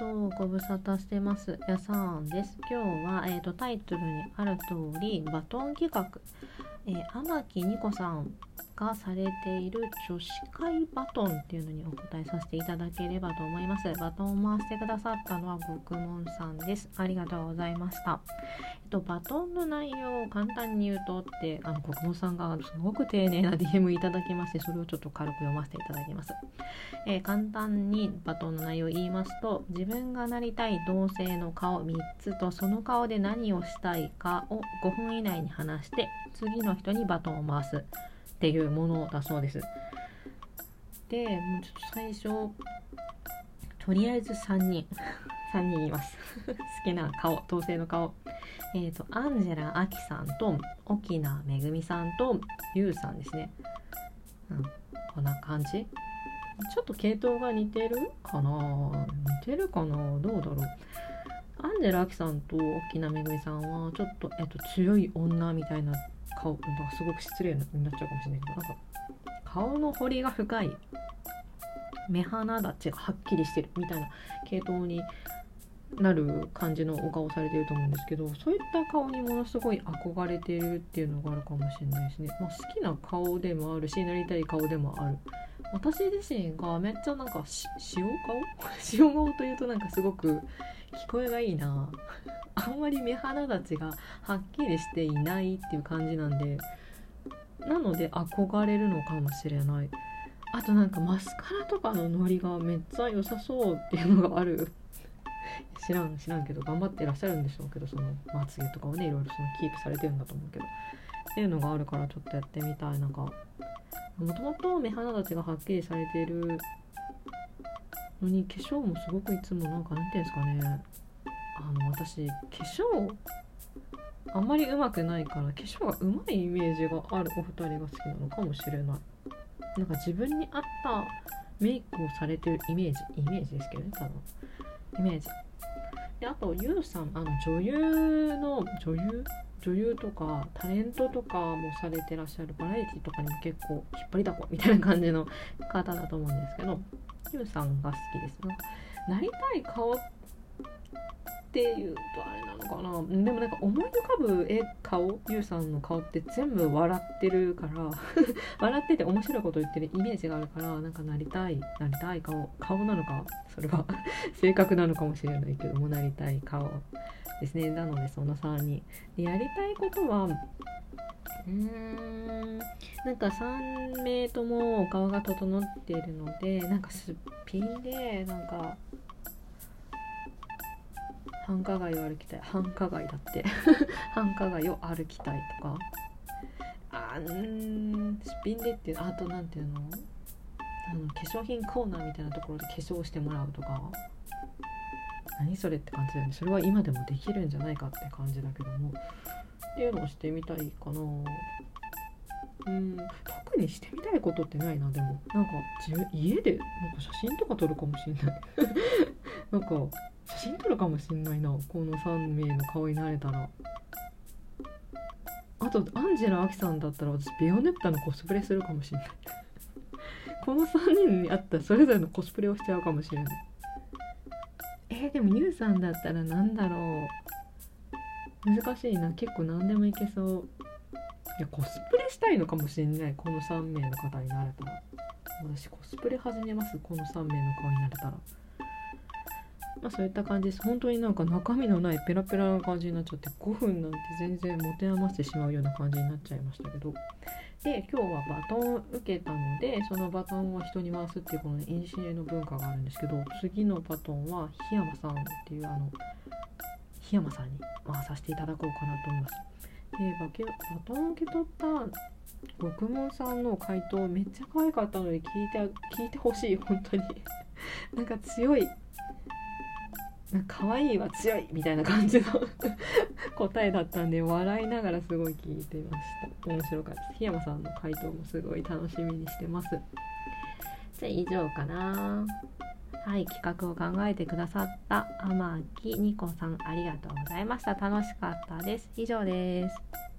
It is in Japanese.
ご無沙汰してます。やさんです。今日は、タイトルにある通りバトン企画、天木ニコさんがされている女子会バトンっていうのにお答えさせていただければと思います。バトンを回してくださったのは獄門さんです。ありがとうございました。バトンの内容を簡単に言うとって獄門さんがすごく丁寧な DM いただきまして、それをちょっと軽く読ませていただきます。簡単にバトンの内容を言いますと、自分がなりたい同性の顔3つとその顔で何をしたいかを5分以内に話して次の人にバトンを回すっていうものだそうです。で、もうちょっと最初とりあえず3人言います好きな顔、同性の顔、アンジェラ・アキさんと沖縄めぐみさんとユウさんですね。こんな感じ。ちょっと系統が似てるかな、どうだろう。アンジェラ・アキさんと沖縄めぐみさんはちょっと、強い女みたいな顔、なんかすごく失礼になっちゃうかもしれないけど、なんか顔の彫りが深い、目鼻立ちがはっきりしてるみたいな系統になる感じのお顔されてると思うんですけど、そういった顔にものすごい憧れてるっていうのがあるかもしれないですね。好きな顔でもあるし、なりたい顔でもある。私自身がめっちゃなんか塩顔というとなんかすごく聞こえがいいなあんまり目鼻立ちがはっきりしていないっていう感じなんで、なので憧れるのかもしれない。あとなんかマスカラとかのノリがめっちゃ良さそうっていうのがある知らんけど頑張ってらっしゃるんでしょうけど、そのまつげとかをね、いろいろそのキープされてるんだと思うけどっていうのがあるから、ちょっとやってみたい。なんかもともと目鼻立ちがはっきりされているのに、化粧もすごくいつもなんていうんですかね、私化粧あんまり上手くないから、化粧が上手いイメージがあるお二人が好きなのかもしれない。なんか自分に合ったメイクをされてるイメージですけどね、多分イメージで。あとユウさん、女優とかタレントとかもされてらっしゃる、バラエティとかにも結構引っ張りだこみたいな感じの方だと思うんですけど、ユウさんが好きです。なんかなりたい顔っていうとあれなのかな。でもなんか思い浮かぶユウさんの顔って全部笑ってるから笑ってて面白いこと言ってるイメージがあるから、なんかなりたい顔なのか、それは性格なのかもしれないけども、なりたい顔ですね。なのでその3人でやりたいことはなんか3名とも顔が整っているので、なんかすっぴんでなんか繁華街を歩きたい。繁華街だって繁華街を歩きたいとか、すっぴんでっていう、あとなんていうの、化粧品コーナーみたいなところで化粧してもらうとか、何それって感じだよね。それは今でもできるんじゃないかって感じだけども、っていうのをしてみたいかな。特にしてみたいことってないな。でもなんか家でなんか写真とか撮るかもしんないなんか写真撮るかもしんないな、この3名の顔になれたら。あとアンジェラ・アキさんだったら私ベヨネッタのコスプレするかもしんないこの3人にあったらそれぞれのコスプレをしちゃうかもしれない。でもユウさんだったらなんだろう、難しいな。結構何でもいけそう。いや、コスプレしたいのかもしれない。この3名の方になれたら。私コスプレ始めます。この3名の顔になれたら。そういった感じです。本当になんか中身のないペラペラな感じになっちゃって、5分なんて全然持て余してしまうような感じになっちゃいましたけど、で今日はバトンを受けたので、そのバトンを人に回すっていうこのインシエの文化があるんですけど、次のバトンは檜山さんっていう檜山さんに回させていただこうかなと思います。でバトンを受け取った獄門さんの回答めっちゃ可愛かったので聞いてほしい。本当になんか強い、可愛いは強いみたいな感じの答えだったんで、笑いながらすごい聞いてました。面白かったです。檜山さんの回答もすごい楽しみにしてます。じゃあ以上かな。はい、企画を考えてくださった天木ニコさん、ありがとうございました。楽しかったです。以上です。